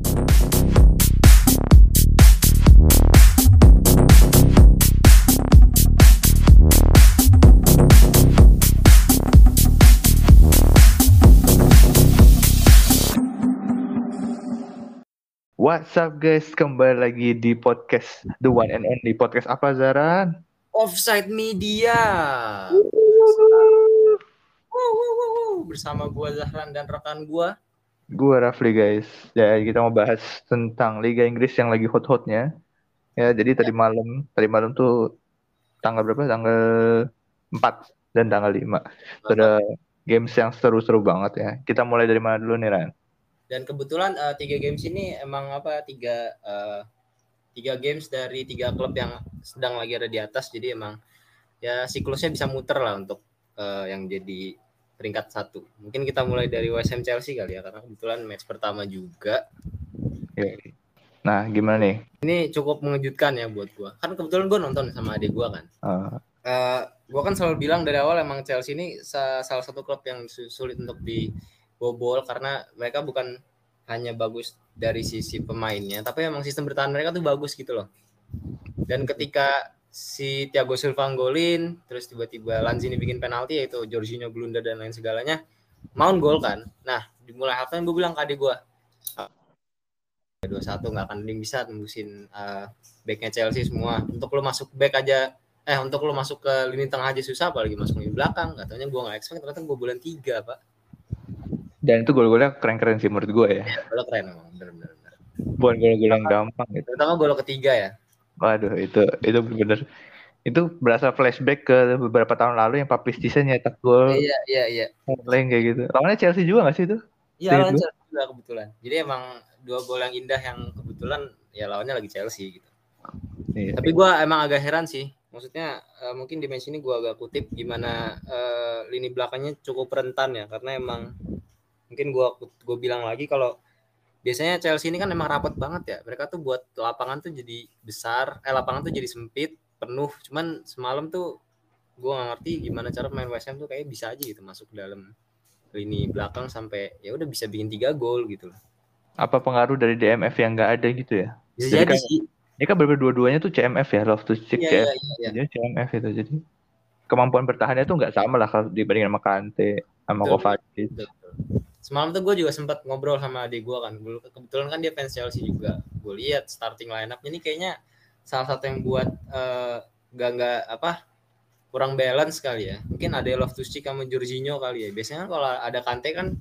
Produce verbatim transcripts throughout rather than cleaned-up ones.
What's up guys, kembali lagi di podcast The One and Only. Podcast apa Zaran? Offside Media. Bersama gua Zahran dan rekan gua. Gua Rafli guys. Ya, kita mau bahas tentang Liga Inggris yang lagi hot-hotnya. Ya, jadi tadi malam, tadi malam tuh tanggal berapa? Tanggal empat dan tanggal lima. Ada games yang seru-seru banget ya. Kita mulai dari mana dulu nih, Ran? Dan kebetulan uh, tiga games ini emang apa tiga uh, tiga games dari tiga klub yang sedang lagi ada di atas, jadi emang ya siklusnya bisa muter lah untuk uh, yang jadi peringkat satu. Mungkin kita mulai dari West Ham Chelsea kali ya, karena kebetulan match pertama juga. Okay. Nah, gimana nih? Ini cukup mengejutkan ya buat gua. Kan kebetulan gua nonton sama adik gua kan. Uh. Uh, gua kan selalu bilang dari awal emang Chelsea ini salah satu klub yang sulit untuk di bobol karena mereka bukan hanya bagus dari sisi pemainnya, tapi emang sistem bertahan mereka tuh bagus gitu loh. Dan ketika si Thiago Silva golin, terus tiba-tiba Lanzini bikin penalti, yaitu Jorginho blunder dan lain segalanya, Mount gol kan. Nah, dimulai halftime gue bilang ke adik gue, dua satu nggak akan bisa tembusin uh, backnya Chelsea semua. Untuk lo masuk back aja, eh untuk lo masuk ke lini tengah aja susah, apalagi masuk lini belakang. Katanya gue nggak expect, ternyata gue bulan tiga pak. Dan itu gol-golnya keren-keren sih menurut gue ya. Ya, gol keren emang, bener-bener. Bukan gol-gol yang gampang gitu. Terutama gol ketiga ya. Waduh, itu itu bener. Itu berasa flashback ke beberapa tahun lalu yang Papi Cisse nyetak gol. Iya, iya, iya. Lain kayak gitu. Lawannya Chelsea juga nggak sih itu? Iya, lawan Chelsea juga kebetulan. Jadi emang dua gol yang indah yang kebetulan ya lawannya lagi Chelsea gitu. Iya. Tapi gue emang agak heran sih. Maksudnya uh, mungkin di match ini gue agak kutip gimana uh, lini belakangnya cukup rentan ya, karena emang mungkin gue gue bilang lagi kalau biasanya Chelsea ini kan emang rapat banget ya. Mereka tuh buat lapangan tuh jadi besar, eh lapangan tuh jadi sempit, penuh. Cuman semalam tuh gue nggak ngerti gimana cara main West Ham tuh kayak bisa aja gitu masuk dalam lini belakang sampai ya udah bisa bikin tiga gol gitu loh. Apa pengaruh dari D M F yang nggak ada gitu ya? Bisa jadi, jadi kan, sih. Ini kan berdua-duanya tuh C M F ya, Loftus-Cheek iya, C M F. Iya, iya, iya. Jadi C M F itu jadi kemampuan bertahannya tuh nggak sama lah kalau dibandingin sama Kante sama Kovacic. Semalam tuh gue juga sempat ngobrol sama adik gue kan. Kebetulan kan dia fans Chelsea juga. Gue lihat starting line up ini kayaknya salah satu yang buat uh, gak nggak apa kurang balance kali ya. Mungkin ada Loftus-Cheek sama Jorginho kali ya. Biasanya kalau ada Kante kan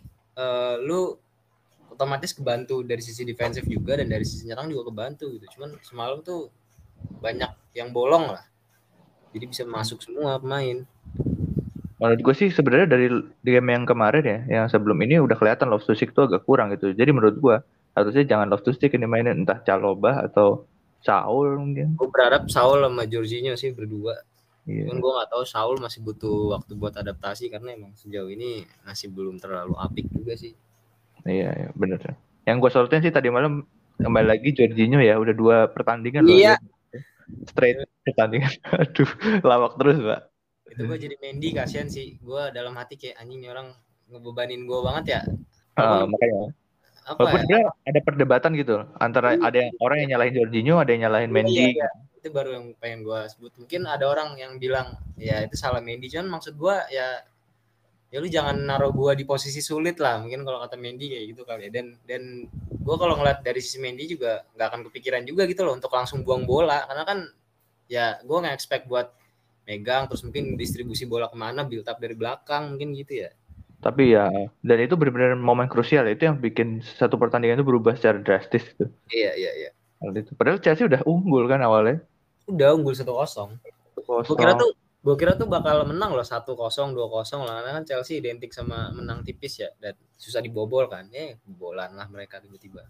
uh, lu otomatis kebantu dari sisi defensif juga dan dari sisi nyerang juga kebantu gitu. Cuman semalam tuh banyak yang bolong lah. Jadi bisa masuk semua pemain. Menurut gue sih sebenarnya dari game yang kemarin ya, yang sebelum ini udah kelihatan Loftus-Cheek tuh agak kurang gitu. Jadi menurut gue harusnya jangan Loftus-Cheek ini mainin, entah Chalobah atau Saul mungkin. Gue berharap Saul sama Jorginho sih berdua. Iya. Cuman gue nggak tahu Saul masih butuh waktu buat adaptasi karena emang sejauh ini masih belum terlalu apik juga sih. Iya, iya bener. Yang gue sorotin sih tadi malam kembali lagi Jorginho ya, udah dua pertandingan iya. loh. Straight pertandingan. Aduh, lawak terus, Pak. Itu gue jadi Mendy kasihan sih. Gue dalam hati kayak anjing orang ngebebanin gue banget ya. Uh, makanya. Apa Walaupun ya? Ada perdebatan gitu antara iya, ada yang orang yang nyalahin Jorginho, ada yang nyalahin Mendy. Iya, iya. Itu baru yang pengen gue sebut. Mungkin ada orang yang bilang ya itu salah Mendy, cuman maksud gue ya ya lu jangan naruh gue di posisi sulit lah. Mungkin kalau kata Mendy kayak gitu kali ya. Dan dan gue kalau ngeliat dari sisi Mendy juga nggak akan kepikiran juga gitu loh untuk langsung buang bola, karena kan ya gue nggak expect buat megang terus mungkin distribusi bola kemana, build up dari belakang mungkin gitu ya. Tapi ya, dan itu benar-benar momen krusial, itu yang bikin satu pertandingan itu berubah secara drastis tuh. Iya, iya, iya. Padahal Chelsea udah unggul kan awalnya. Udah unggul satu kosong. Gue kira tuh gue kira tuh bakal menang loh satu kosong, dua kosong lah, karena kan Chelsea identik sama menang tipis ya dan susah dibobol kan. Eh, bobolan lah mereka tiba-tiba.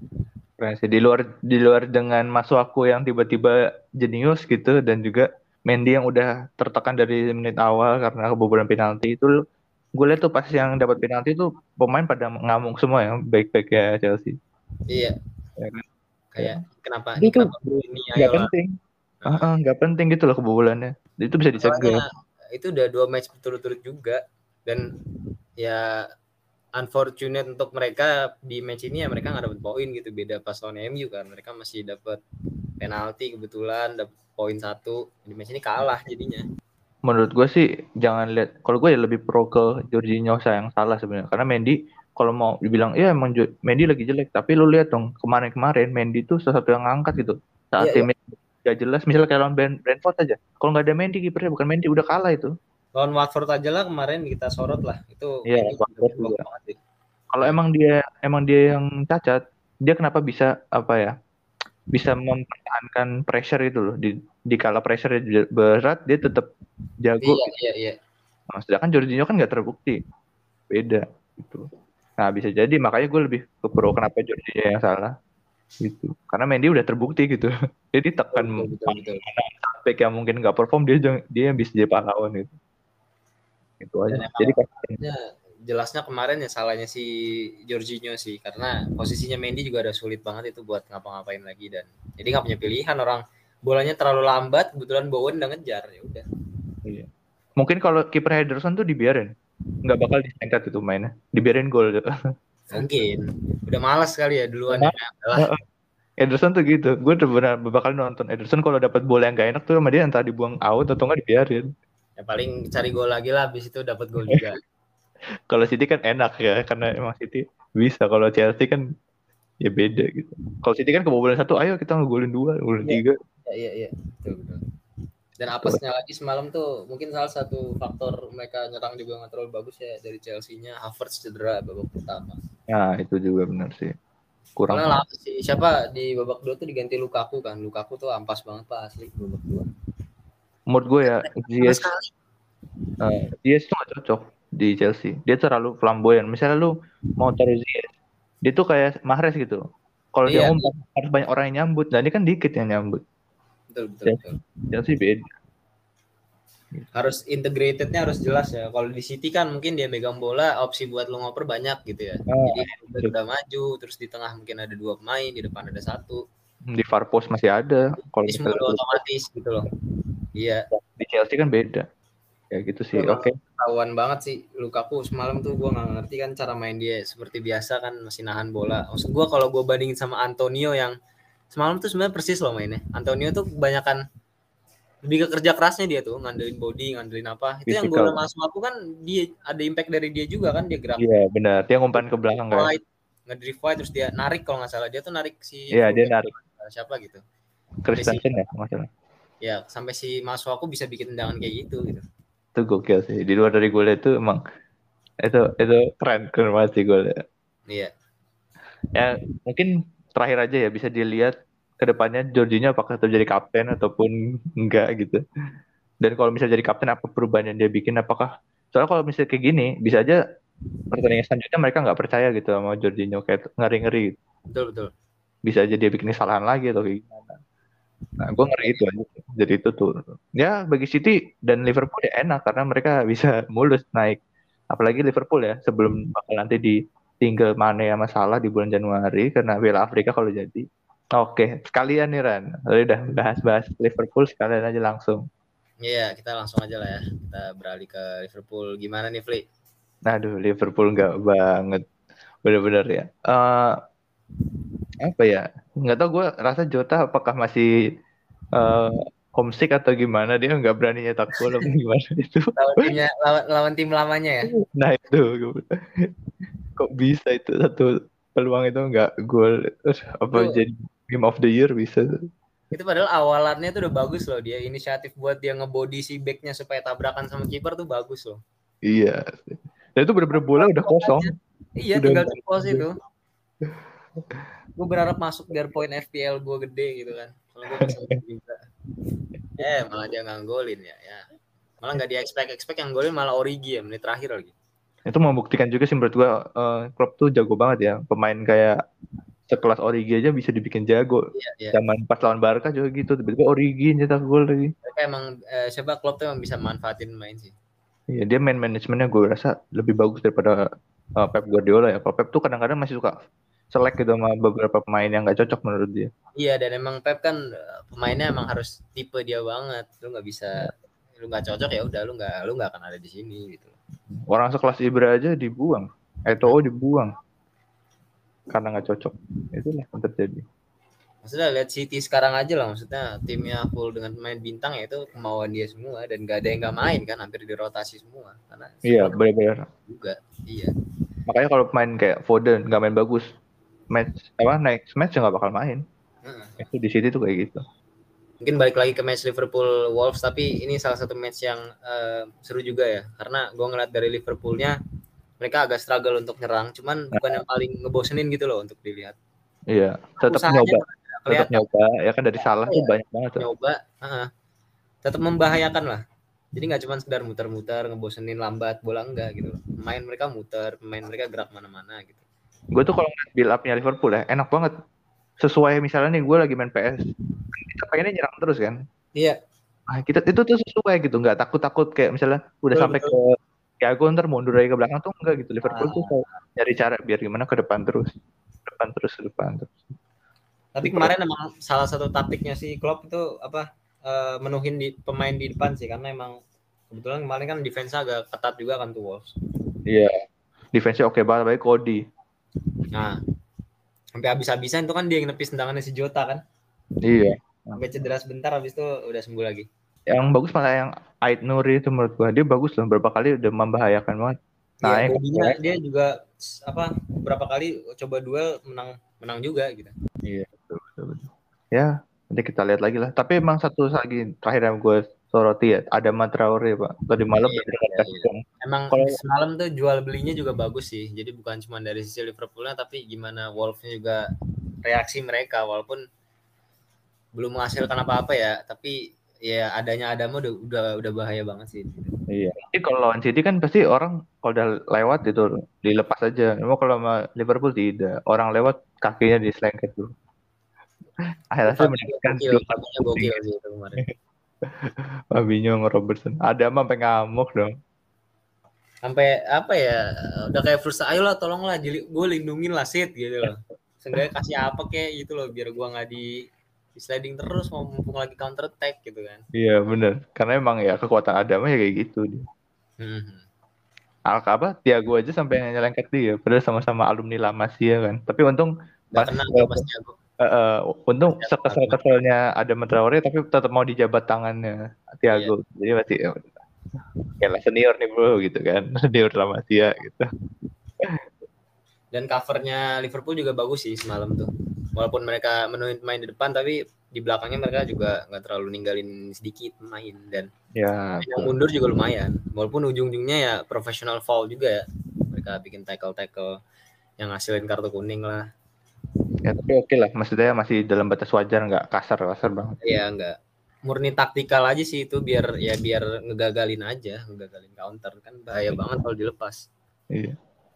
Di luar di luar dengan Masuaku yang tiba-tiba jenius gitu, dan juga Mendy yang udah tertekan dari menit awal karena kebobolan penalti itu. Gue lihat tuh pas yang dapat penalti tuh pemain pada ngamuk semua ya, baik-baik ya Chelsea. Iya. Ya kan? Kayak ya. Kenapa itu ini kenapa ini nggak penting. Uh-huh. Nggak penting gitu loh kebobolannya. Itu bisa dicegah. Itu udah dua match berturut-turut juga dan ya unfortunate untuk mereka di match ini ya mereka nggak dapat poin gitu, beda pas lawan M U kan mereka masih dapat penalti kebetulan dapat poin satu, di match ini kalah jadinya. Menurut gue sih jangan lihat, kalau gue ya lebih pro ke Jorginho yang salah sebenarnya, karena Mendy kalau mau dibilang ya emang Mendy lagi jelek, tapi lu lihat dong kemarin-kemarin Mendy tuh sesuatu yang ngangkat gitu saat yeah, timnya yeah. gak jelas, misalnya kayak lawan Brentford aja, kalau nggak ada Mendy kipernya bukan Mendy udah kalah itu. Lawan Watford aja lah kemarin kita sorot lah itu. Iya, Watford juga. Kalau ya. emang dia emang dia yang cacat, dia kenapa bisa apa ya? Bisa mempertahankan pressure itu loh, di di kala pressure berat dia tetap jago. Iya, iya, iya. Nah, sedangkan Jorginho kan nggak terbukti. Beda gitu. Nah, bisa jadi makanya gue lebih ke pro kenapa Jorginho yang salah gitu. Karena Mendy udah terbukti gitu. Jadi tekan back yang mungkin nggak perform, dia dia yang bisa jadi pahlawan gitu. Itu aja. Jadi ya, jelasnya kemarin ya salahnya si Jorginho sih, karena posisinya Mendy juga ada sulit banget itu buat ngapa-ngapain lagi, dan jadi nggak punya pilihan, orang bolanya terlalu lambat, kebetulan Bowen udah ngejar ya udah. Iya. Mungkin kalau kiper Henderson tuh dibiarin, nggak bakal disengkat itu mainnya, dibiarin gol gitu. Mungkin udah malas kali ya duluan ya. Adalah. Ederson tuh gitu, gue udah benar bakal nonton Ederson kalau dapat bola yang gak enak tuh sama dia entah dibuang out atau nggak dibiarin. Ya paling cari gol lagi lah, habis itu dapat gol juga. Kalau City kan enak ya, karena emang City bisa. Kalau Chelsea kan ya beda gitu. Kalau City kan kebobolan satu, ayo kita ngegolin dua, ngegolin ya, tiga. Iya iya iya, betul betul. Dan apesnya lagi semalam tuh mungkin salah satu faktor mereka nyerang juga nggak terlalu bagus ya dari Chelsea-nya, Havertz cedera babak pertama. Nah itu juga benar sih. Kurang. Karena si siapa di babak dua tuh diganti Lukaku kan, Lukaku tuh ampas banget pak asli babak dua. Menurut gue ya Ziyech, uh, Ziyech tuh gak cocok di Chelsea. Dia terlalu flamboyan. Misalnya lu mau taruh Ziyech, dia tuh kayak Mahrez gitu. Kalau iya, dia ngumpat harus banyak orang yang nyambut, dan ini kan dikit yang nyambut. Betul betul. betul. Chelsea beda. Harus integratednya harus jelas ya. Kalau di City kan mungkin dia megang bola, opsi buat lo ngoper banyak gitu ya. Oh, jadi udah, udah maju, terus di tengah mungkin ada dua pemain, di depan ada satu. Di far post masih ada. Kalau misalnya udah otomatis gitu loh. Iya. Di Chelsea kan beda. Ya gitu sih. Oke. Okay. Ketahuan banget sih Lukaku semalam tuh, gue nggak ngerti kan cara main dia seperti biasa kan masih nahan bola. Maksud gue kalau gue bandingin sama Antonio yang semalam tuh sebenarnya persis loh mainnya. Antonio tuh kebanyakan lebih ke kerja kerasnya dia tuh, ngandelin body, ngandelin apa. Itu Physical. Yang gol masuk aku kan dia ada impact dari dia juga kan, dia gerak. Iya benar, dia ngumpan ke belakang kan. Ngedrive wide terus dia narik kalau nggak salah, dia tuh narik si. Iya dia narik. Siapa gitu. Christensen ya masalah. Ya sampai si masuk aku bisa bikin tendangan kayak gitu gitu. Itu gokil sih. Di luar dari golnya itu emang itu itu keren keren banget sih golnya. Iya. Ya mungkin terakhir aja ya bisa dilihat kedepannya Jorginho apakah tetap jadi kapten ataupun enggak gitu. Dan kalau misalnya jadi kapten apa perubahan yang dia bikin, apakah soalnya kalau misalnya kayak gini bisa aja pertandingan selanjutnya mereka nggak percaya gitu sama Jorginho, kayak ngeri-ngeri. Betul betul. Bisa aja dia bikin kesalahan lagi atau kayak gimana. Nah gue ngeri itu aja. Jadi itu tuh ya bagi City dan Liverpool ya enak karena mereka bisa mulus naik. Apalagi Liverpool ya sebelum bakal nanti ditinggal Mane sama Salah di bulan Januari karena Piala Afrika kalau jadi. Oke, sekalian nih Ran. Udah bahas-bahas Liverpool sekalian aja langsung. Iya, kita langsung aja lah ya. Kita beralih ke Liverpool. Gimana nih, Fli? Aduh, Liverpool nggak banget. Bener-bener ya. Uh, apa ya? Nggak tahu gue rasa Jota apakah masih uh, homesick atau gimana. Dia nggak berani nyetak gol apa gimana itu. Lawan, timnya, lawan, lawan tim lamanya ya? Nah itu. Kok bisa itu satu peluang itu nggak gol. Apa itu, jadi game of the year bisa tuh. Itu padahal awalannya tuh udah bagus loh, dia inisiatif buat dia ngebody si backnya supaya tabrakan sama kiper tuh bagus loh. Iya. Dan itu bener-bener bola udah kosong. Iya, udah tinggal di pos itu. Gue berharap masuk biar poin F P L gue gede gitu kan. Kalau gue bisa juga. Eh malah dia nganggolin ya. ya. Malah nggak di expect expect yang golin malah Origi ya menit terakhir lagi. Itu membuktikan juga sih menurut gue uh, Klopp tuh jago banget ya. Pemain kayak sekelas Origi aja bisa dibikin jago. Iya, iya. Zaman pas lawan Barca juga gitu, tiba-tiba Origi nyetak gol lagi. Mereka emang eh, siapa Klopp tuh emang bisa manfaatin main sih. Iya, dia main manajemennya gue rasa lebih bagus daripada uh, Pep Guardiola ya. Kalau Pep tuh kadang-kadang masih suka selek gitu sama beberapa pemain yang nggak cocok menurut dia. Iya, dan emang Pep kan pemainnya emang harus tipe dia banget. Lu nggak bisa, ya. Lu nggak cocok ya udah lu nggak lu nggak akan ada di sini gitu. Orang sekelas Ibra aja dibuang. Eto'o dibuang karena nggak cocok. Itulah yang terjadi. Maksudnya lihat City sekarang aja lah, maksudnya timnya full dengan pemain bintang ya itu kemauan dia semua dan gak ada yang nggak main kan, hampir dirotasi semua karena Iya, squad benar-benar. juga. Iya. Makanya kalau main kayak Foden nggak main bagus, match apa next match nggak bakal main. Hmm. Itu di City tuh kayak gitu. Mungkin balik lagi ke match Liverpool Wolves, tapi ini salah satu match yang uh, seru juga ya, karena gue ngeliat dari Liverpoolnya mereka agak struggle untuk nyerang, cuman nah. bukan yang paling ngebosenin gitu loh untuk dilihat. Iya, tetap nyoba, tetap nyoba ya kan dari salah ya, tuh banyak banget tuh. Nyoba, uh, tetap membahayakan lah. Jadi nggak cuma sekedar muter-muter ngebosenin lambat bola enggak gitu loh. Main mereka muter, main mereka gerak mana-mana gitu. Gue tuh kalau ngeliat build up-nya Liverpool ya enak banget. Sesuai misalnya nih gue lagi main P S, kita pengennya nyerang terus kan. Iya. Nah, kita itu tuh sesuai gitu, nggak takut-takut kayak misalnya udah betul, sampai betul. ke Thiago ntar mundur lagi ke belakang tuh enggak gitu. Liverpool ah. tuh kayak nyari cara biar gimana ke depan terus, depan terus, ke depan terus. Tapi kemarin emang salah satu taktiknya si Klopp itu apa uh, menuhin di pemain di depan sih, karena emang kebetulan kemarin kan defense agak ketat juga kan tuh Wolves. Iya, defense-nya oke banget, baik Cody. Nah, sampai habis-habisan itu kan dia yang nepis tendangannya si Jota kan. Iya. Sampai cedera sebentar, habis itu udah sembuh lagi. Yang bagus malah yang Ait Nuri itu menurut gua, dia bagus loh, berapa kali udah membahayakan banget. Nah, ya, bodinya ya. Dia juga apa beberapa kali coba duel menang menang juga gitu. Iya, betul, betul, betul. Ya, nanti kita lihat lagi lah. Tapi emang satu lagi terakhir yang gue soroti ya, ada Traoré Pak. Tadi malam iya, iya, iya. Emang kalau semalam tuh jual belinya juga bagus sih. Jadi bukan cuma dari sisi Liverpoolnya, tapi gimana Wolves-nya juga reaksi mereka, walaupun belum menghasilkan apa-apa ya, tapi ya adanya Adamo udah udah udah bahaya banget sih. Iya. Jadi kalau lawan City kan pasti orang kalau udah lewat itu dilepas aja. Emang kalau sama Liverpool tidak, orang lewat kakinya diselengket dulu. Akhirnya meninggalkan gokil, gokil sih itu kemarin. Fabinho sama Robertson. Ada mah sampai ngamuk dong. Sampai apa ya? Udah kayak first ayo lah tolonglah gue lindungin lah Sid gitu loh. Seenggaknya kasih apa kayak gitu loh biar gue nggak di, di sliding terus mau mumpung lagi counter attack gitu kan. Iya benar. Karena emang ya kekuatan Adama ya kayak gitu dia. Hmm. Alkaba Thiago aja sampai nyelengket dia. Padahal sama-sama alumni La Masia kan. Tapi untung pas kena uh, pas Thiago. Uh, uh, untung sekesel-keselnya ada Traoré tapi tetap mau dijabat tangannya Thiago. Iya. Jadi masih ya, kayak senior nih bro gitu kan. Senior La Masia gitu. Dan covernya Liverpool juga bagus sih semalam tuh. Walaupun mereka menuin main di depan, tapi di belakangnya mereka juga nggak terlalu ninggalin sedikit main dan ya, yang mundur juga lumayan. Walaupun ujung-ujungnya ya professional foul juga ya. Mereka bikin tackle-tackle yang ngasilin kartu kuning lah. Ya tapi oke lah, maksudnya masih dalam batas wajar, nggak kasar-kasar banget. Iya nggak. Murni taktikal aja sih itu biar ya biar ngegagalin aja, ngegagalin counter kan bahaya banget kalau dilepas. Iya.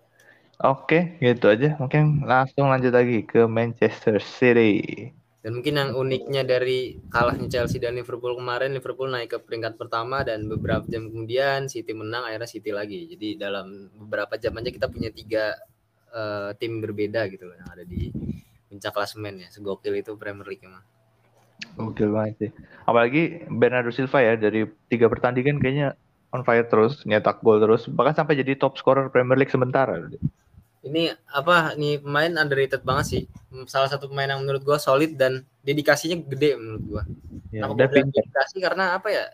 Oke, gitu aja. Mungkin langsung lanjut lagi ke Manchester City. Dan mungkin yang uniknya dari kalahnya Chelsea dan Liverpool kemarin, Liverpool naik ke peringkat pertama dan beberapa jam kemudian City menang, akhirnya City lagi. Jadi dalam beberapa jam aja kita punya tiga uh, tim berbeda gitu loh yang ada di puncak klasemen ya. Segokil itu Premier League emang. Gokil banget sih. Apalagi Bernardo Silva ya, dari tiga pertandingan kayaknya on fire terus, nyetak gol terus, bahkan sampai jadi top scorer Premier League sementara. Ini apa nih pemain underrated banget sih. Salah satu pemain yang menurut gue solid dan dedikasinya gede menurut gue. Ya, Kenapa gue dedikasi karena apa ya?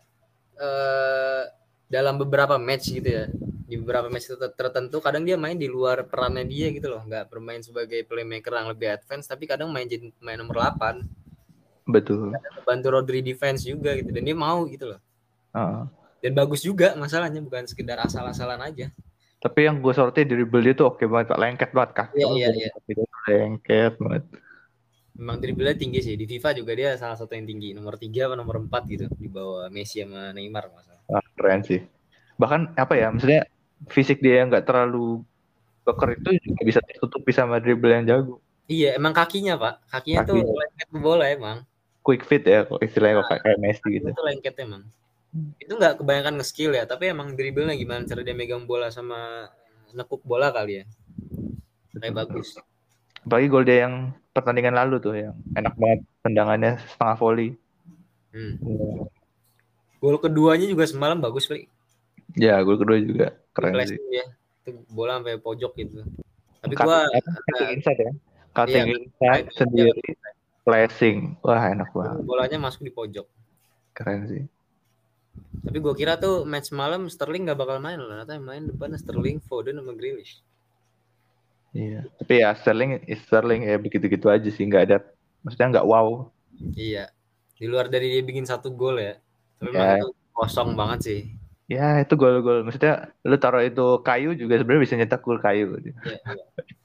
Eh, dalam beberapa match gitu ya. Di beberapa match tertentu kadang dia main di luar perannya dia gitu loh. Nggak bermain sebagai playmaker yang lebih advance, tapi kadang main jadi main nomor delapan. Betul. Bantu Rodri defense juga gitu dan dia mau gitu loh. Uh. Dan bagus juga masalahnya, bukan sekedar asal-asalan aja. Tapi yang gue sorti di dribble dia tuh oke banget, lengket banget kaki. Iya, iya, iya. Lengket banget. Memang dribble-nya tinggi sih. Di FIFA juga dia salah satu yang tinggi, nomor tiga atau nomor empat gitu, di bawah Messi sama Neymar masalah. Ah, keren sih. Bahkan apa ya, maksudnya fisik dia yang nggak terlalu keker itu juga bisa tertutupi sama dribble yang jago. Iya, emang kakinya Pak. Kakinya Kaki. tuh lengket ke bola emang. Quick fit ya, istilahnya nah, kayak Messi gitu. Itu lengket emang. Itu nggak kebanyakan nge-skill ya, tapi emang dribble-nya gimana cara dia megang bola sama nekuk bola kali ya. Kayak bagus. Apalagi gol dia yang pertandingan lalu tuh yang enak banget tendangannya setengah volley. Hmm. Ya. Gol keduanya juga semalam bagus, Pak. Ya, gol kedua juga keren sih. Ya. Itu itu bola sampai pojok gitu. Tapi gue cutting inside ya. Cutting iya, inside sendiri. Iya. Flashing. Wah, enak banget. Bolanya masuk di pojok. Keren sih. Tapi gue kira tuh match malam Sterling gak bakal main loh. Ternyata yang main depannya Sterling, Foden sama Grealish. Iya. Tapi ya Sterling, Sterling ya begitu-gitu aja sih, nggak ada, maksudnya nggak wow. Iya. Di luar dari dia bikin satu gol ya. Tapi ya. Itu kosong banget sih. Ya itu gol-gol. Maksudnya lu taruh itu kayu juga sebenarnya bisa nyetak gol kayu. Iya. iya.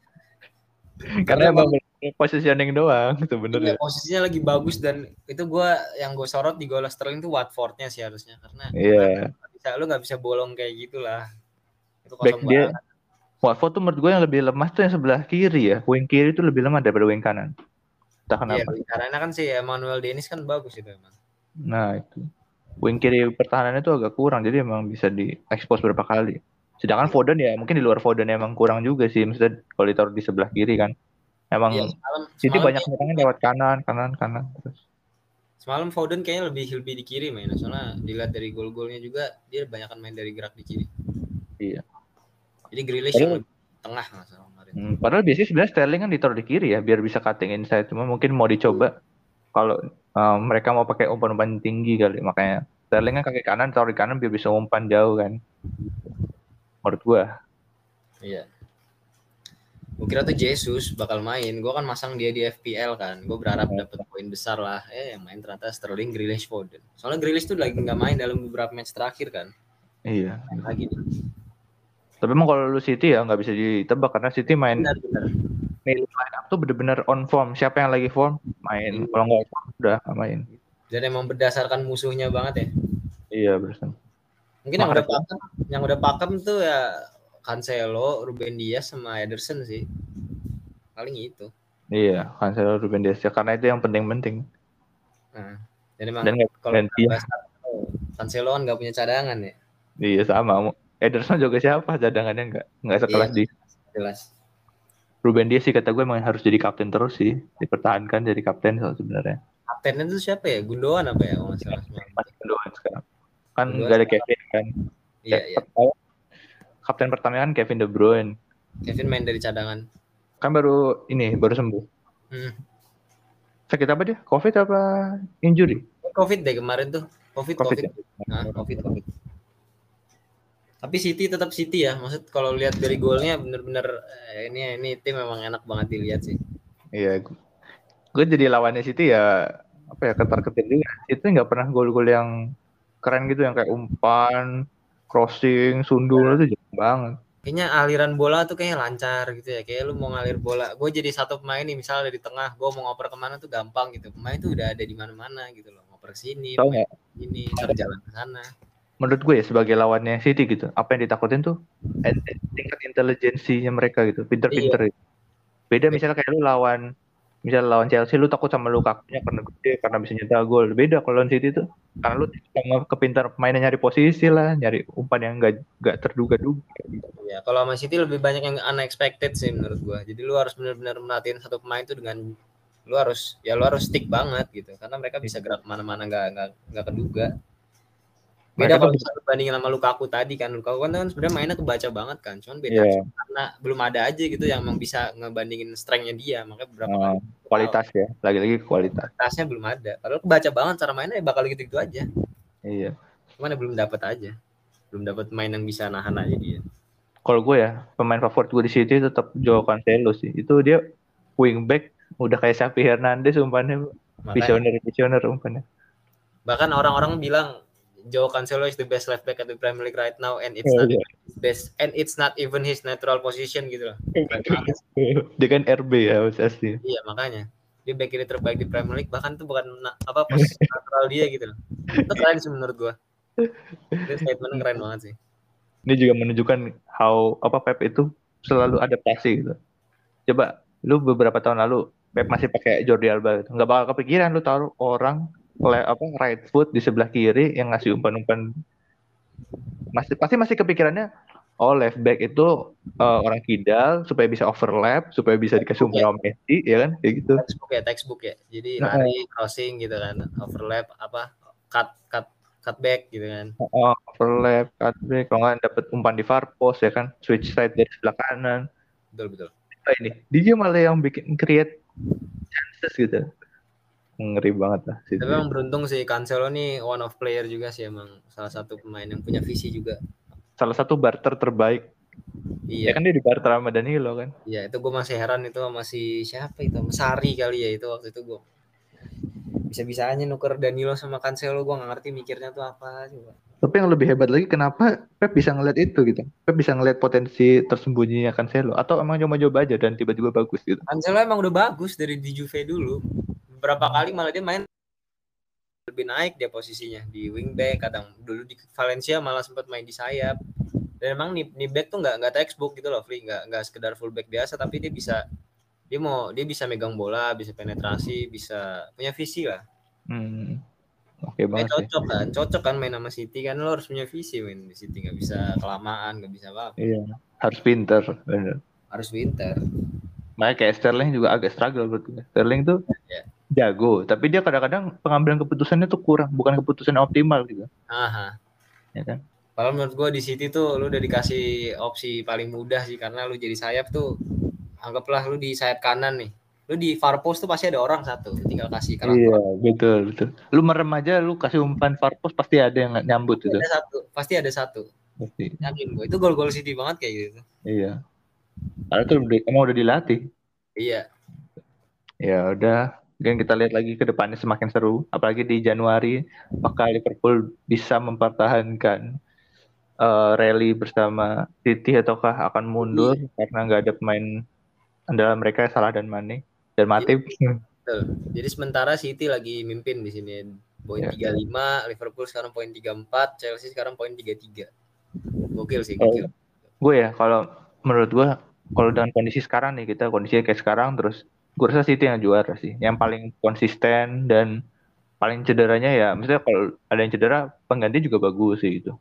Karena emang positioning doang sebenarnya. Iya, posisinya lagi bagus dan itu gue yang gue sorot di gol Sterling itu Watfordnya sih harusnya karena iya. Gak bisa, lu nggak bisa bolong kayak gitulah. Itu kosong banget. Dia, Watford tuh menurut gue yang lebih lemah tuh yang sebelah kiri ya. Wing kiri itu lebih lemah daripada wing kanan. Entah kenapa. Iya, karena kan si Emmanuel Dennis kan bagus itu emang. Nah itu. Wing kiri pertahanannya tuh agak kurang, jadi emang bisa diekspos berapa kali. Sedangkan Foden ya mungkin di luar Foden emang kurang juga sih, maksudnya kalau ditaruh di sebelah kiri kan. Emang ya, semalam, City semalam banyak nyerangnya lewat kanan, kanan, kanan terus. Semalam Foden kayaknya lebih lebih di kiri main, soalnya dilihat dari gol-golnya juga dia banyakan main dari gerak di kiri. Iya. Jadi Grealish yang lebih tengah masalah kemarin. Hmm, padahal biasanya sebenarnya Sterling kan ditaruh di kiri ya, biar bisa cutting inside. Cuma mungkin mau dicoba kalau um, mereka mau pakai umpan-umpan tinggi kali, makanya Sterling kan kaki kanan, taruh di kanan biar bisa umpan jauh kan. Menurut gua. Iya. Gue kira tuh Jesus bakal main. Gue kan masang dia di F P L kan. Gue berharap dapat poin besar lah. Eh yang main ternyata Sterling, Grealish, Foden. Soalnya Grealish tuh lagi nggak main dalam beberapa match terakhir kan. Iya. Main lagi nih. Tapi emang kalau lu City ya nggak bisa ditebak karena City main. Benar-benar. Line up tuh bener-bener on form. Siapa yang lagi form main. Kalau nggak form udah nggak main. Dan emang berdasarkan musuhnya banget ya. Iya benar. Mungkin yang udah pakem, yang udah pakem tuh ya Cancelo, Ruben Dias sama Ederson sih. Paling itu. Iya, Cancelo, Ruben Dias ya karena itu yang penting-penting. Nah, dan emang dan kalau Cancelo kan nggak punya cadangan ya. Iya sama. Ederson juga siapa cadangannya nggak nggak sekelas iya, di. Jelas. Ruben Dias sih kata gue emang harus jadi kapten terus sih, dipertahankan jadi kapten soal sebenarnya. Kaptennya itu siapa ya? Gundogan apa ya? Oh, masalah. Masih Gundogan sekarang. Kan nggak ada Kevin kan. Iya, iya. Kapten pertama kan Kevin De Bruyne. Kevin main dari cadangan. Kan baru ini baru sembuh. Hmm. Sakit apa dia? Covid apa injury? Covid deh kemarin tuh. Covid Covid. COVID, COVID. Ya? Nah, COVID Covid. Tapi City tetap City ya. Maksud kalau lihat dari golnya bener-bener eh, ini ini tim memang enak banget dilihat sih. Iya. Gue jadi lawannya City ya apa ya ketar-ketir juga. Itu nggak pernah gol-gol yang keren gitu yang kayak umpan, crossing, sundul itu jarang banget. Kayaknya aliran bola tuh kayaknya lancar gitu ya. Kayak lu mau ngalir bola. Gue jadi satu pemain nih misalnya dari tengah, gue mau ngoper kemana tuh gampang gitu. Pemain tuh udah ada di mana-mana gitu loh. Ngoper ke sini, ini, jalan ke sana. Menurut gue ya sebagai lawannya City gitu, apa yang ditakutin tuh tingkat intelijensinya mereka gitu, pinter-pinter. Iya. Beda misalnya kayak lu lawan misalnya lawan Chelsea lu takut sama Lukaku-nya karena gede karena bisa nyetak gol. Beda kalau lawan City tuh karena lu sama kepintar pemainnya nyari posisi lah, nyari umpan yang enggak enggak terduga-duga gitu. Ya, kalau sama City lebih banyak yang unexpected sih menurut gua. Jadi lu harus benar-benar merhatiin satu pemain tuh dengan lu harus ya lu harus stick banget gitu karena mereka bisa gerak kemana-mana nggak nggak nggak keduga. Beda kalau misalnya bandingin sama Lukaku tadi kan. Lukaku kan sebenarnya mainnya kebaca banget kan. Cuman beda yeah. karena belum ada aja gitu yang emang bisa ngebandingin strength-nya dia. Makanya beberapa uh, kali kualitas ya. Lagi-lagi kualitas. Kualitasnya belum ada. Padahal kebaca banget cara mainnya bakal gitu-gitu aja. Iya. Cuman ya belum dapat aja. Belum dapat main yang bisa nahan aja dia. Kalau gue ya, pemain favorit gue di City tetap Joao Cancelo sih. Itu dia wingback udah kayak Xavi Hernandez umpannya. Visioner-visioner umpannya. Bahkan orang-orang bilang Joao Cancelo is the best left back at the Premier League right now and it's oh, not yeah. his best and it's not even his natural position gitu loh. Dia kan R B ya pasti. Iya makanya dia back kiri terbaik di Premier League bahkan itu bukan apa posisi natural dia gitu loh. Itu keren sih menurut gua. Itu statement keren banget sih. Ini juga menunjukkan how apa Pep itu selalu adaptasi gitu. Coba lu beberapa tahun lalu Pep masih pakai Jordi Alba gitu. Nggak bakal kepikiran lu taruh orang apa right foot di sebelah kiri yang ngasih umpan-umpan. Masih pasti masih kepikirannya oh left back itu uh, orang kidal supaya bisa overlap, supaya bisa dikasih umpan sama Messi, ya kan? Kayak gitu. Textbook ya, textbook ya. Jadi nah, lari, crossing gitu kan, overlap apa cut cut cutback gitu kan. Oh, overlap, cutback, kalau nggak dapat umpan di far post ya kan, switch side dari sebelah kanan. Betul betul. Nah, ini dia malah yang bikin create chances gitu. Ngeri banget lah. Tapi emang beruntung sih Cancelo nih one of player juga sih, emang salah satu pemain yang punya visi juga. Salah satu barter terbaik. Iya. Ya kan dia di barter sama Danilo kan. Iya, itu gue masih heran itu masih siapa itu, Sari kali ya itu waktu itu gue. Bisa-bisanya nuker Danilo sama Cancelo, gue nggak ngerti mikirnya tuh apa coba. Tapi yang lebih hebat lagi kenapa Pep bisa ngeliat itu gitu. Pep bisa ngeliat potensi tersembunyinya Cancelo atau emang coba-coba aja dan tiba-tiba bagus gitu. Cancelo emang udah bagus dari di Juve dulu. Beberapa kali malah dia main lebih naik dia posisinya di wingback, kadang dulu di Valencia malah sempat main di sayap. Dan emang nih, nih back tuh nggak nggak textbook gitu loh, Fli, nggak nggak sekedar fullback biasa, tapi dia bisa dia mau dia bisa megang bola, bisa penetrasi, bisa punya visi lah. Hmm. Oke okay banget eh, cocok sih. kan, cocok kan main sama City kan, lo harus punya visi main di City, nggak bisa kelamaan, nggak bisa apa. Iya, harus pinter, bener. Harus pinter. Makanya kayak Sterling juga agak struggle buat gue. Sterling tuh yeah. jago, tapi dia kadang-kadang pengambilan keputusannya tuh kurang, bukan keputusan optimal gitu. Aha. Ya kan? Kalau menurut gue di City tuh lu udah dikasih opsi paling mudah sih, karena lu jadi sayap tuh, anggaplah lu di sayap kanan nih, lu di far post tuh pasti ada orang satu, tinggal kasih karakter. Iya, betul betul. Lu merem aja, lu kasih umpan far post pasti ada yang nyambut pasti gitu. Ada satu, pasti ada satu. Pasti. Yakin gue, itu gol-gol City banget kayak gitu. Iya. Karena tuh emang udah dilatih. Iya. Ya udah, dan kita lihat lagi ke depannya semakin seru, apalagi di Januari, apakah Liverpool bisa mempertahankan uh, rally bersama City ataukah akan mundur Jadi, karena nggak ada pemain andalan mereka, Salah dan Mane dan Matip. Betul. Jadi sementara City lagi mimpin di sini, poin ya. tiga puluh lima, Liverpool sekarang poin tiga puluh empat, Chelsea sekarang poin tiga puluh tiga. Gokil sih, gokil. Oh, gue ya kalau menurut gue kalau dengan kondisi sekarang nih, kita kondisinya kayak sekarang, terus gue rasa City yang juara sih, yang paling konsisten dan paling cederanya ya, misalnya kalau ada yang cedera pengganti juga bagus sih itu.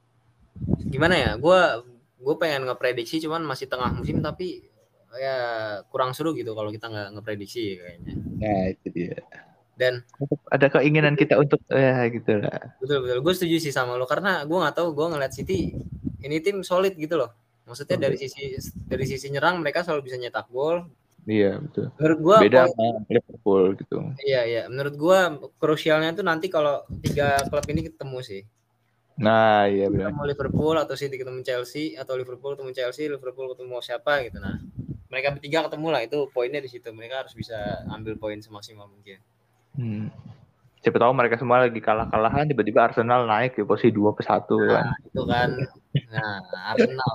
Gimana ya, gue gue pengen ngeprediksi cuman masih tengah musim, tapi ya kurang seru gitu kalau kita nggak ngeprediksi kayaknya. Nah itu dia. Dan ada keinginan kita untuk ya gitu lah. Betul betul, gue setuju sih sama lo, karena gue nggak tahu, gue ngeliat City ini tim solid gitu loh. Maksudnya dari sisi dari sisi nyerang mereka selalu bisa nyetak gol. Iya betul. Menurut gue beda sama Liverpool gitu. Iya iya, menurut gue krusialnya tuh nanti kalau tiga klub ini ketemu sih. Nah iya benar. Ketemu Liverpool atau City ketemu Chelsea, atau Liverpool ketemu Chelsea, Liverpool ketemu siapa gitu. Nah mereka bertiga ketemu lah, itu poinnya di situ. Mereka harus bisa ambil poin semaksimal mungkin. Hmm. Siapa tahu mereka semua lagi kalah-kalahan, tiba-tiba Arsenal naik ke posisi dua per satu nah, kan. Itu kan. Nah, Arsenal.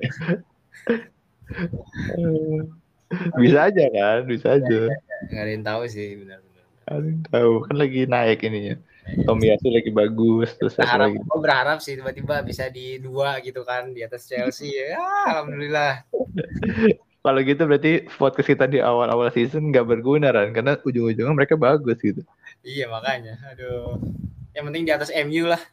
Bisa aja kan, bisa aja. Nggak ada yang tahu sih, benar-benar. Ada yang tahu, kan lagi naik ininya. Tomiyasu lagi bagus, terus berharap, lagi. Gue berharap sih tiba-tiba bisa di dua gitu kan, di atas Chelsea. Ya, alhamdulillah. Kalau gitu berarti podcast kita di awal-awal season nggak berguna kan, karena ujung-ujungnya mereka bagus gitu. Iya makanya, aduh. Yang penting di atas M U lah.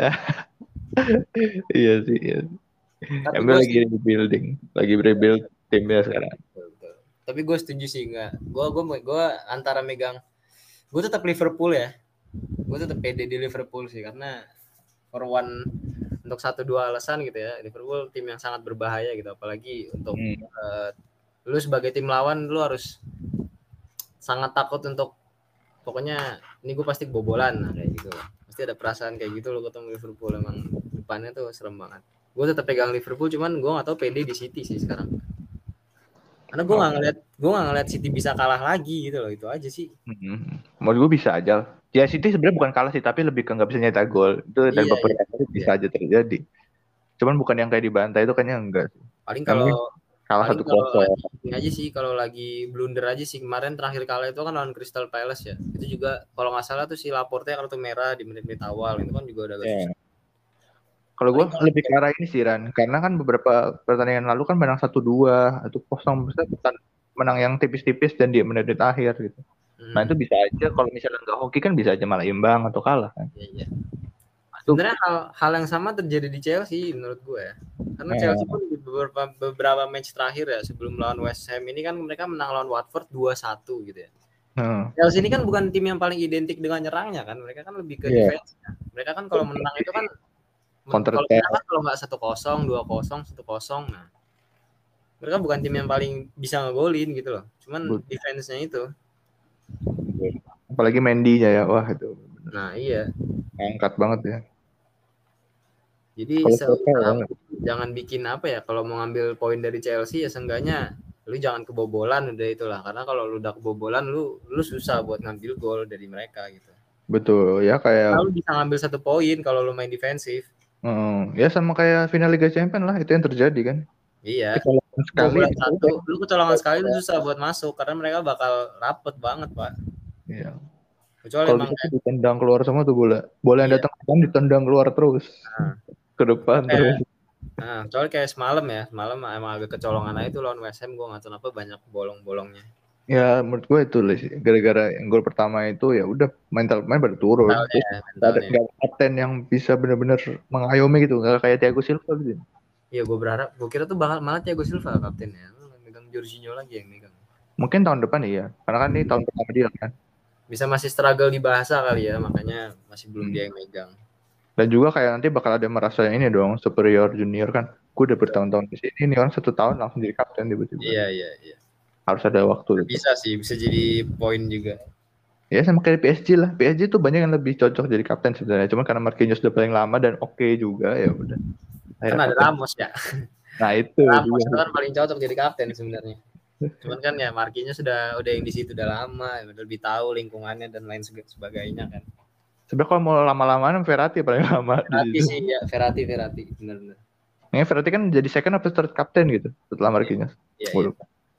Iya sih. Iya. Tapi M U lagi sih, rebuilding, lagi rebuild timnya sekarang. Betul, betul. Tapi gue setuju sih, nggak. Gue gue gue antara megang, gue tetap Liverpool ya. Gue tetap pede di Liverpool sih, karena for one, untuk satu dua alasan gitu ya, Liverpool tim yang sangat berbahaya gitu, apalagi untuk hmm. uh, lu sebagai tim lawan lu harus sangat takut untuk, pokoknya ini gue pasti kebobolan, nah, kayak gitu. Pasti ada perasaan kayak gitu lo ketemu Liverpool, emang depannya tuh serem banget. Gue tetap pegang Liverpool, cuman gue nggak tahu pede di City sih sekarang. Karena gue nggak ngeliat, gue nggak ngeliat City bisa kalah lagi gitu loh, itu aja sih. Mm-hmm. Menurut gue bisa aja. Ya City sebenarnya bukan kalah sih, tapi lebih ke nggak bisa nyetak gol. Itu dan iya, beberapa kali iya. bisa aja terjadi. Cuman bukan yang kayak dibantai itu kayaknya enggak. Paling kalau kalah satu kosong. Ini aja sih kalau lagi blunder aja sih, kemarin terakhir kalah itu kan lawan Crystal Palace ya. Itu juga kalau nggak salah tuh si Laporte kartu merah di menit-menit awal, itu kan juga udah agak yeah. susah. Kalau gue lebih ke arah ini sih Ran, karena kan beberapa pertandingan lalu kan menang satu dua atau kosong, bukan menang yang tipis-tipis dan di menit akhir gitu. Hmm. Nah itu bisa aja kalau misalnya nggak hoki kan bisa aja malah imbang atau kalah kan. Iya, iya. Sebenarnya hal hal yang sama terjadi di Chelsea menurut gue ya. Karena yeah. Chelsea pun di beberapa beberapa match terakhir ya sebelum lawan West Ham ini kan mereka menang lawan Watford dua satu gitu ya. Hmm. Chelsea ini kan bukan tim yang paling identik dengan nyerangnya kan, mereka kan lebih ke yeah. defense. Mereka kan kalau menang itu kan kalau menang kan kalau nggak satu kosong, dua kosong, satu kosong, nah mereka bukan tim yang paling bisa ngegolin gitu loh, cuman But. defense-nya itu. Apalagi Mendy-nya ya, wah itu. Nah iya. Angkat banget ya. Jadi se- jangan bikin apa ya, kalau mau ngambil poin dari Chelsea ya seenggaknya lu jangan kebobolan udah itulah, karena kalau lu udah kebobolan lu lu susah buat ngambil gol dari mereka gitu. Betul ya, kayak lu bisa ngambil satu poin kalau lu main defensif. Hmm, ya sama kayak final Liga Champions lah, itu yang terjadi kan. Iya. Kecolongan sekali satu, lu kecolongan sekali lu susah buat masuk karena mereka bakal rapet banget, Pak. Iya. Kecuali kalau bisa kayak... ditendang keluar semua tuh bola. Bola yang iya. datang kan ditendang keluar terus. Nah. Ke depan kayak, terus. Nah, soalnya kayak semalam ya, semalam emang agak kecolongan aja tuh lawan West Ham, gue nggak tahu kenapa banyak bolong-bolongnya. Ya menurut gue itu sih, gara-gara yang gol pertama itu ya udah mental pemain baru turun. Mental, terus ya, ada nggak kapten yang bisa benar-benar mengayomi gitu, nggak kayak Thiago Silva gitu. Iya, gue berharap, gue kira tuh bakal malah Thiago Silva kaptennya, megang Jorginho lagi yang megang. Mungkin tahun depan iya, karena kan ini tahun pertama dia kan. Bisa masih struggle di bahasa kali ya, makanya masih belum hmm. dia yang megang. Dan juga kayak nanti bakal ada merasa ini dong, superior junior kan. Gue udah bertahun-tahun di sini, ini orang satu tahun langsung jadi kapten tiba-tiba. Iya, iya, iya. Harus ada waktu. Bisa gitu. Sih, bisa jadi poin juga. Ya sama kayak P S G lah. P S G tuh banyak yang lebih cocok jadi kapten sebenarnya. Cuma karena Marquinhos udah paling lama dan oke okay juga ya udah. Karena ada Ramos ya. Nah itu. Ramos itu kan paling cocok jadi kapten sebenarnya. Cuman kan ya Marquinhos sudah udah yang di situ udah lama, lebih tahu lingkungannya dan lain sebagainya kan. Sebenarnya kalau mau lama-lamaan Verratti paling lama. Verratti sih ya, Verratti Verratti benar-benar. Ini Verratti kan jadi second atau third kapten gitu setelah Marquinhos. Iya. iya.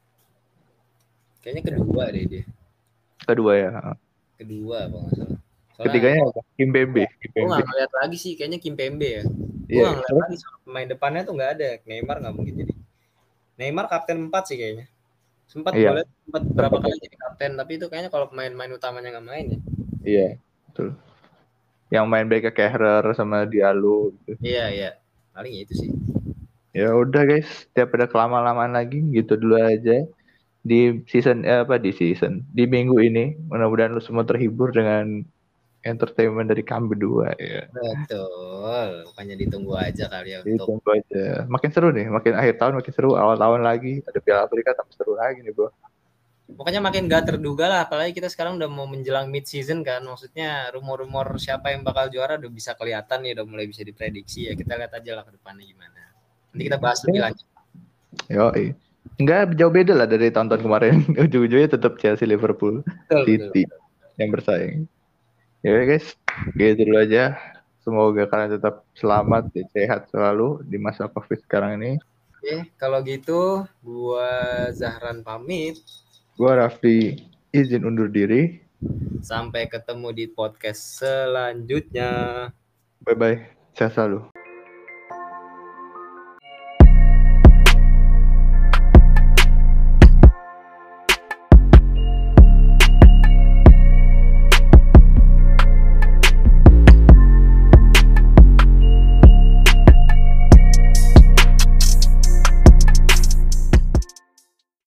Kayaknya kedua deh dia. Kedua ya. Kedua apa nggak salah. Soalnya Ketiganya apa? Kimpembe. Gue nggak ngeliat lagi sih, kayaknya Kimpembe ya. Gue yeah. nggak ngeliat lagi soal pemain depannya tuh nggak ada. Neymar nggak mungkin jadi. Neymar kapten empat sih kayaknya. Sempat yeah. boleh sempat berapa kali jadi kapten, tapi itu kayaknya kalau pemain-pemain utamanya nggak main ya. Iya, betul. Yang main baik ke Kehrer sama Diallo gitu. Iya, iya. Paling itu sih. Ya udah guys, tiap ada kelama-lamaan lagi gitu dulu aja. Di season eh, apa di season di minggu ini mudah-mudahan lu semua terhibur dengan entertainment dari kami berdua ya. Betul, makanya ditunggu aja kali ya. Ditunggu untuk... aja. Makin seru nih, makin akhir tahun makin seru, awal tahun lagi ada Piala Afrika tambah seru lagi nih bro. Pokoknya makin gak terduga lah, apalagi kita sekarang udah mau menjelang mid season kan, maksudnya rumor-rumor siapa yang bakal juara udah bisa kelihatan nih, udah mulai bisa diprediksi ya. Kita lihat aja lah ke depannya gimana. Nanti kita bahas lebih lanjut. Yoi. Enggak jauh beda lah dari tahun-tahun kemarin. Ujung-ujungnya tetap Chelsea, Liverpool, betul, City betul, betul. yang bersaing. Ya guys, gitu dulu aja. Semoga kalian tetap selamat, sehat selalu di masa Covid sekarang ini. Oke, kalau gitu gua Zahran pamit. Gua Raffi izin undur diri. Sampai ketemu di podcast selanjutnya. Bye bye. Sehat selalu.